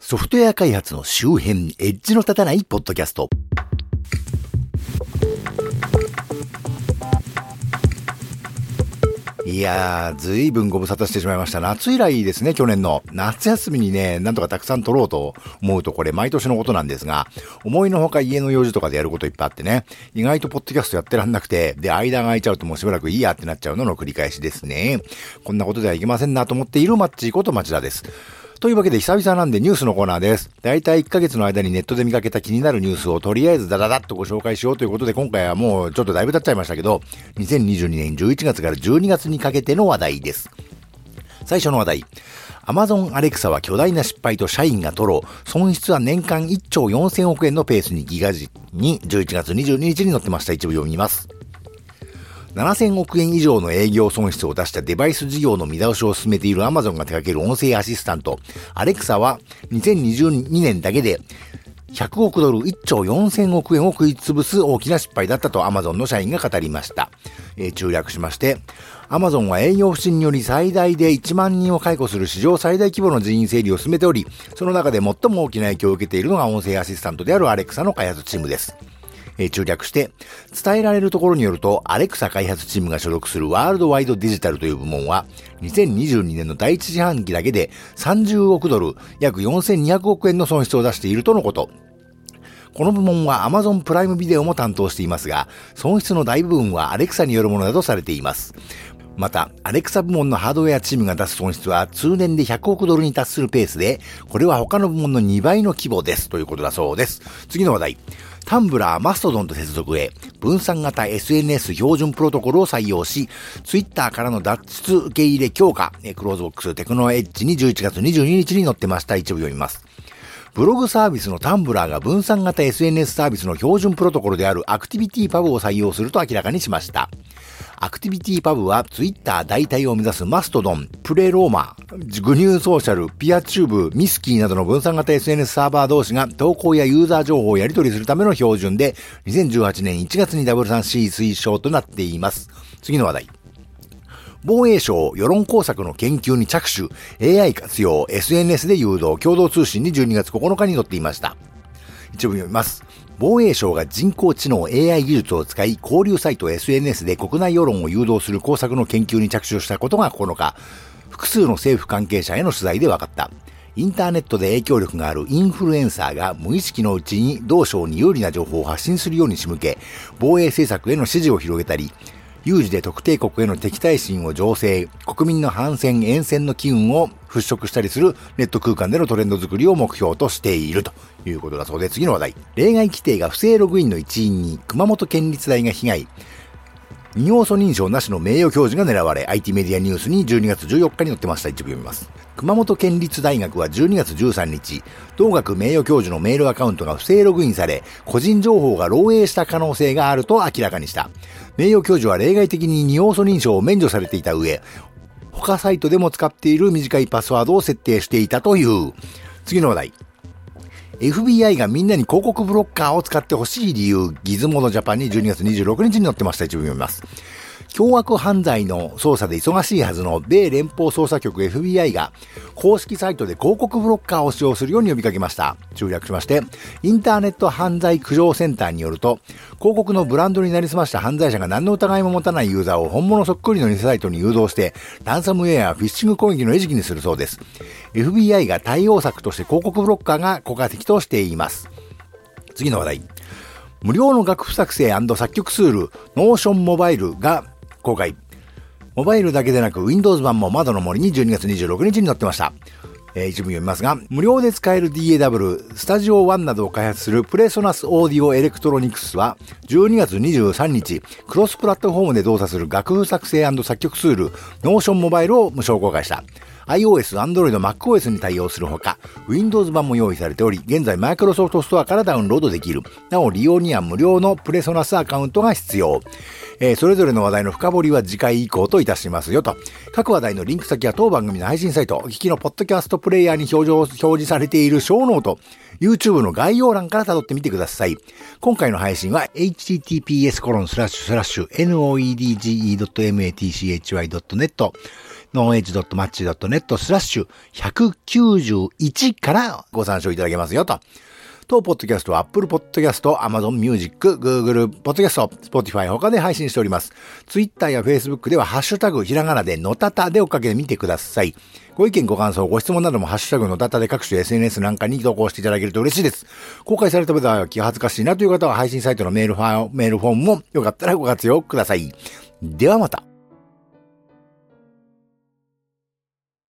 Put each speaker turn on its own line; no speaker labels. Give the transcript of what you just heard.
ソフトウェア開発の周辺、エッジの立たないポッドキャスト。いやー、ずいぶんご無沙汰してしまいました。夏以来ですね、去年の。夏休みにね、なんとかたくさん撮ろうと思うと、これ毎年のことなんですが、思いのほか家の用事とかでやることいっぱいあってね、意外とポッドキャストやってらんなくて、で、間が空いちゃうともうしばらくいいやってなっちゃうのの繰り返しですね。こんなことではいけませんなと思っているマッチーこと町田です。というわけで久々なんでニュースのコーナーです。だいたい1ヶ月の間にネットで見かけた気になるニュースをとりあえずダダダッとご紹介しようということで、今回はもうちょっとだいぶ経っちゃいましたけど、2022年11月から12月にかけての話題です。最初の話題。Amazon Alexa は巨大な失敗と社員が吐露、損失は年間1兆4000億円のペースにギガ時に11月22日に載ってました。一部読みます。7000億円以上の営業損失を出したデバイス事業の見直しを進めている Amazon が手掛ける音声アシスタント、Alexa は2022年だけで100億ドル1兆4000億円を食い潰す大きな失敗だったと Amazon の社員が語りました。中略しまして、Amazon は営業不振により最大で1万人を解雇する史上最大規模の人員整理を進めており、その中で最も大きな影響を受けているのが音声アシスタントである Alexa の開発チームです。中略して、伝えられるところによると、アレクサ開発チームが所属するワールドワイドデジタルという部門は、2022年の第一四半期だけで30億ドル、約4200億円の損失を出しているとのこと。この部門は Amazon プライムビデオも担当していますが、損失の大部分はアレクサによるものだとされています。また、アレクサ部門のハードウェアチームが出す損失は通年で100億ドルに達するペースで、これは他の部門の2倍の規模ですということだそうです。次の話題。タンブラー、マストドンと接続へ、分散型 SNS 標準プロトコルを採用し、ツイッターからの脱出受け入れ強化、クローズボックステクノエッジに11月22日に載ってました。一部読みます。ブログサービスのタンブラーが分散型 SNS サービスの標準プロトコルであるアクティビティパブを採用すると明らかにしました。アクティビティパブはツイッター代替を目指すマストドン、プレローマ、グニューソーシャル、ピアチューブ、ミスキーなどの分散型 SNS サーバー同士が投稿やユーザー情報をやり取りするための標準で、2018年1月に W3C 推奨となっています。次の話題。防衛省世論工作の研究に着手、AI 活用、SNS で誘導、共同通信に12月9日に載っていました。一部読みます。防衛省が人工知能 AI 技術を使い、交流サイト SNS で国内世論を誘導する工作の研究に着手したことが9日、複数の政府関係者への取材で分かった。インターネットで影響力があるインフルエンサーが無意識のうちに同省に有利な情報を発信するように仕向け、防衛政策への支持を広げたり、有事で特定国への敵対心を醸成、国民の反戦、厭戦の機運を払拭したりするネット空間でのトレンド作りを目標としているということだそうで、次の話題。例外規定が不正ログインの一因に熊本県立大が被害。二要素認証なしの名誉教授が狙われ、IT メディアニュースに12月14日に載ってました。一部読みます。熊本県立大学は12月13日、同学名誉教授のメールアカウントが不正ログインされ、個人情報が漏洩した可能性があると明らかにした。名誉教授は例外的に二要素認証を免除されていた上、他サイトでも使っている短いパスワードを設定していたという。次の話題。FBI がみんなに広告ブロッカーを使ってほしい理由、ギズモードジャパンに12月26日に載ってました。一部読みます。凶悪犯罪の捜査で忙しいはずの米連邦捜査局 FBI が公式サイトで広告ブロッカーを使用するように呼びかけました。中略しまして、インターネット犯罪駆除センターによると、広告のブランドになりすました犯罪者が何の疑いも持たないユーザーを本物そっくりの偽サイトに誘導して、ランサムウェアやフィッシング攻撃の餌食にするそうです。FBI が対応策として広告ブロッカーが効果的としています。次の話題。無料の楽譜作成&作曲ツール、Notionモバイルが公開。モバイルだけでなく Windows 版も窓の森に12月26日に載ってました。一部読みますが、無料で使える DAW、スタジオ1などを開発するプレソナスオーディオエレクトロニクスは12月23日、クロスプラットフォームで動作する楽譜作成&作曲ツール、Notionモバイルを無償公開した。iOS、Android、MacOS に対応するほか、Windows 版も用意されており、現在 Microsoft ストアからダウンロードできる。なお、利用には無料のプレソナスアカウントが必要。それぞれの話題の深掘りは次回以降といたしますよと。各話題のリンク先は当番組の配信サイト、お聞きのポッドキャストプレイヤーに表示されているショーノート、YouTube の概要欄から辿ってみてください。今回の配信は https://noedge.matchy.net noage.match.net/191からご参照いただけますよと。当ポッドキャストは Apple Podcast、Amazon Music、Google Podcast、Spotify 他で配信しております。Twitter や Facebook ではハッシュタグひらがなでのたたで追っかけてみてください。ご意見ご感想ご質問などもハッシュタグのたたで各種 SNS なんかに投稿していただけると嬉しいです。公開された場合は気が恥ずかしいなという方は配信サイトのメールフォームもよかったらご活用ください。ではまた。